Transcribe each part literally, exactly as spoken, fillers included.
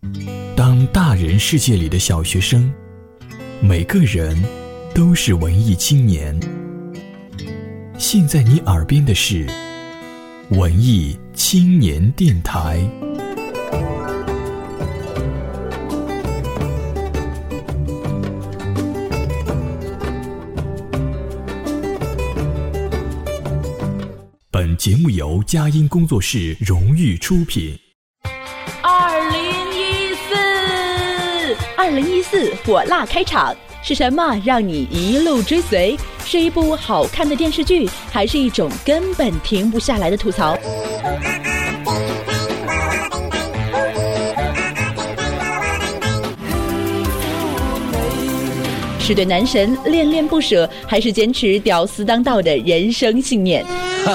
当大人世界里的小学生，每个人都是文艺青年。现在你耳边的是文艺青年电台。本节目由佳音工作室荣誉出品。 二零一四，二零一四火辣开场，是什么让你一路追随？是一部好看的电视剧，还是一种根本停不下来的吐槽？是对男神恋恋不舍，还是坚持屌丝当道的人生信念？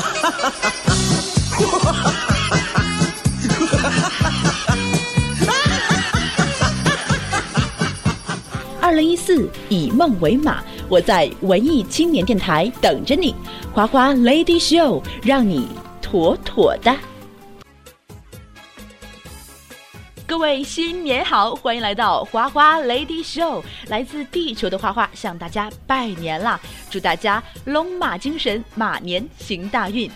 二零一四，以梦为马，我在文艺青年电台等着你，花花 Lady Show， 让你妥妥的。各位新年好，欢迎来到花花 Lady Show， 来自地球的花花向大家拜年啦，祝大家龙马精神，马年行大运。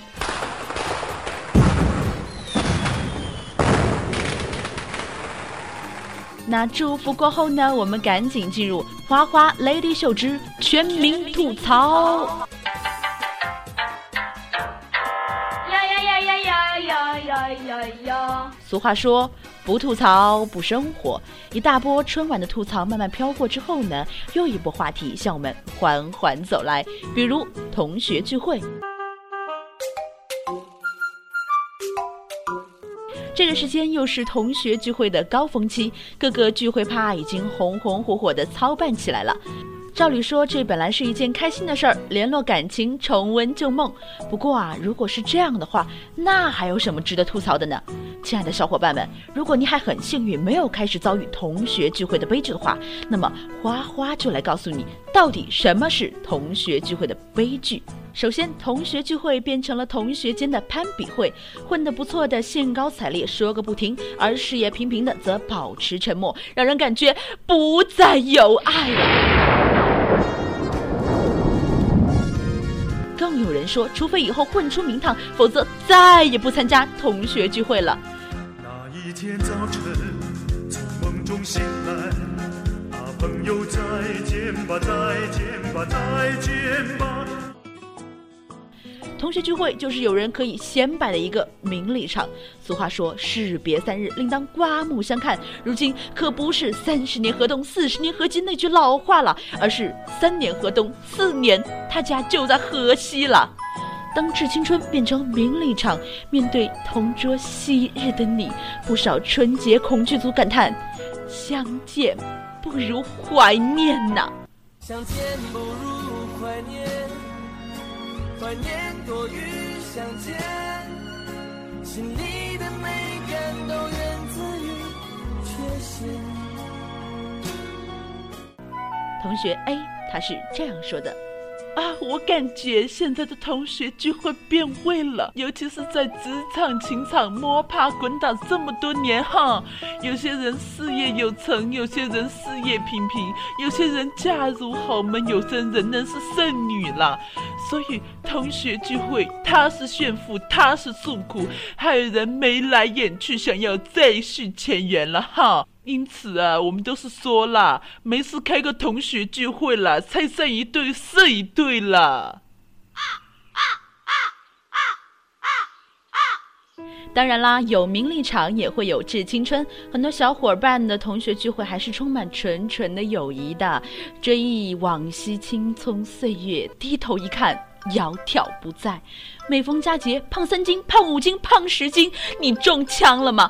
那祝福过后呢，我们赶紧进入花花 Lady Show 之全民吐槽。呀呀呀呀呀呀呀呀呀！俗话说，不吐槽不生活。一大波春晚的吐槽慢慢飘过之后呢，又一波话题向我们缓缓走来，比如同学聚会。这个时间又是同学聚会的高峰期，各个聚会趴已经红红火火的操办起来了。照理说，这本来是一件开心的事儿，联络感情，重温旧梦。不过啊，如果是这样的话，那还有什么值得吐槽的呢？亲爱的小伙伴们，如果你还很幸运没有开始遭遇同学聚会的悲剧的话，那么花花就来告诉你，到底什么是同学聚会的悲剧。首先，同学聚会变成了同学间的攀比会，混得不错的兴高采烈说个不停，而事业平平的则保持沉默，让人感觉不再有爱了。更有人说，除非以后混出名堂，否则再也不参加同学聚会了。 那一天早晨从梦中醒来，啊，朋友再见吧，再见吧，再见吧。 同学聚会就是有人可以显摆的一个名利场。俗话说，士别三日，另当刮目相看。如今可不是三十年河东，四十年河西那句老话了，而是三年河东，四年他家就在河西了。当致青春变成名利场，面对同桌昔日的你，不少春节恐惧族感叹：相见不如怀念呐！ 相见不如怀念，怀念多于相见，心里的美感都源自于缺陷。 同学 A 他是这样说的：啊，我感觉现在的同学聚会变味了，尤其是在职场、情场摸爬滚打这么多年哈，有些人事业有成，有些人事业平平，有些人嫁入豪门，有些人仍然是剩女啦。所以同学聚会，他是炫富，他是诉苦，还有人眉来眼去，想要再续前缘了哈。因此啊，我们都是说啦，没事开个同学聚会啦，拆散一对是一对啦。当然啦，有名利场也会有致青春，很多小伙伴的同学聚会还是充满纯纯的友谊的。追忆往昔青葱岁月，低头一看，窈窕不在。每逢佳节，胖三斤，胖五斤，胖十斤，你中枪了吗？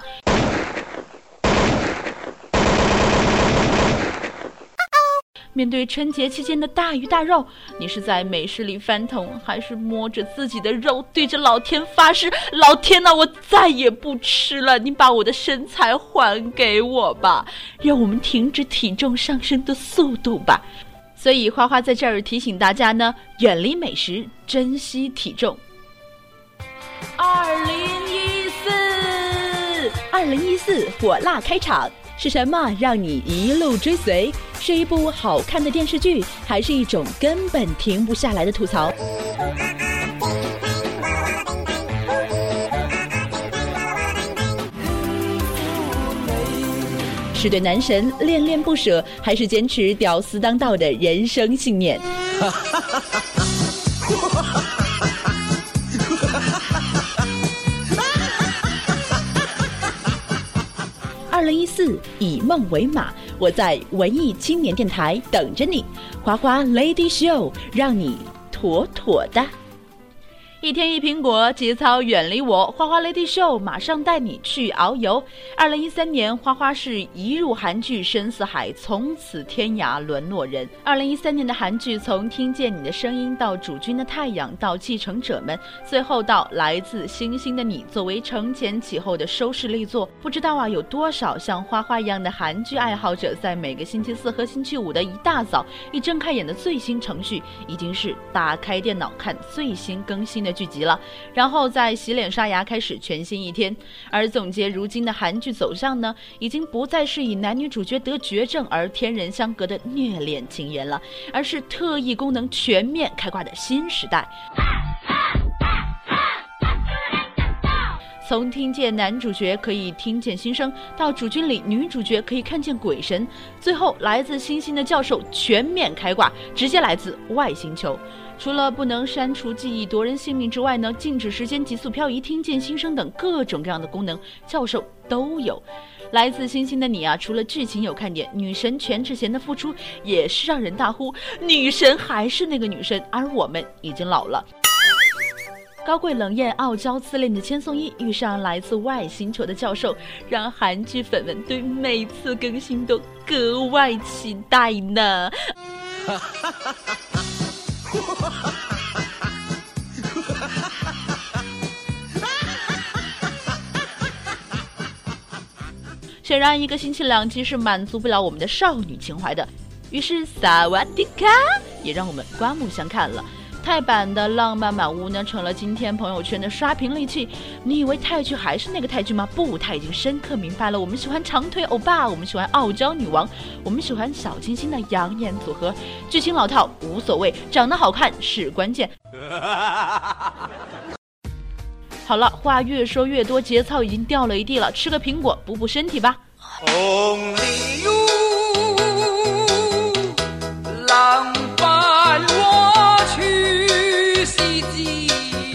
面对春节期间的大鱼大肉，你是在美食里翻腾，还是摸着自己的肉对着老天发誓，老天啊，我再也不吃了，你把我的身材还给我吧，让我们停止体重上升的速度吧。所以花花在这儿提醒大家呢，远离美食，珍惜体重。二零一四，二零一四火辣开场， 是什么让你一路追随？是一部好看的电视剧，还是一种根本停不下来的吐槽？是对男神恋恋不舍，还是坚持屌丝当道的人生信念？二零一四，以梦为马，我在文艺青年电台等着你。花花 Lady Show， 让你妥妥的。一天一苹果，节操远离我。花花 Lady Show 马上带你去遨游。二零一三年，花花是一入韩剧深似海，从此天涯沦落人。二零一三年的韩剧，从听见你的声音到主君的太阳，到继承者们，最后到来自星星的你，作为承前启后的收视力作，不知道啊有多少像花花一样的韩剧爱好者，在每个星期四和星期五的一大早，一睁开眼的最新程序，已经是打开电脑看最新更新的剧集了，然后再洗脸刷牙，开始全新一天。而总结如今的韩剧走向呢，已经不再是以男女主角得绝症而天人相隔的虐恋情缘了，而是特异功能全面开挂的新时代。从听见男主角可以听见新生，到主君里女主角可以看见鬼神，最后来自星星的教授全面开挂，直接来自外星球。除了不能删除记忆夺人性命之外呢，静止时间、急速漂移、听见新声等各种各样的功能，教授都有。来自星星的你啊，除了剧情有看点，女神全智贤的付出也是让人大呼女神还是那个女神，而我们已经老了。高贵冷艳、傲娇自恋的千颂伊遇上来自外星球的教授，让韩剧粉们对每次更新都格外期待呢。显然一个星期两集是满足不了我们的少女情怀的，于是萨瓦迪卡也让我们刮目相看了。泰版的浪漫满屋呢，成了今天朋友圈的刷屏利器。你以为泰剧还是那个泰剧吗？不，他已经深刻明白了，我们喜欢长腿欧巴，我们喜欢傲娇女王，我们喜欢小清新的养眼组合。剧情老套无所谓，长得好看是关键。好了，话越说越多，节操已经掉了一地了，吃个苹果补补身体吧。 Only you 浪伴我去西极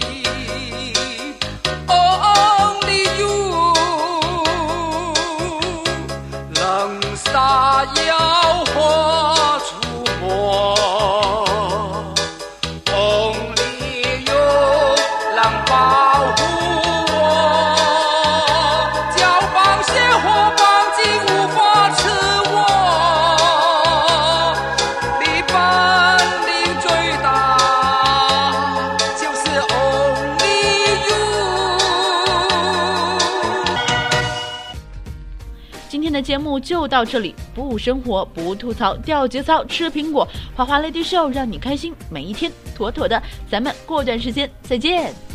Only you 冷洒妖火出没 Only you 浪保护我交棒鲜活棒尽无法吃我离本领最大就是 Only you 今天的节目就到这里，不生活不吐槽，掉节操吃苹果，花花 Lady Show 让你开心每一天，妥妥的，咱们过段时间再见。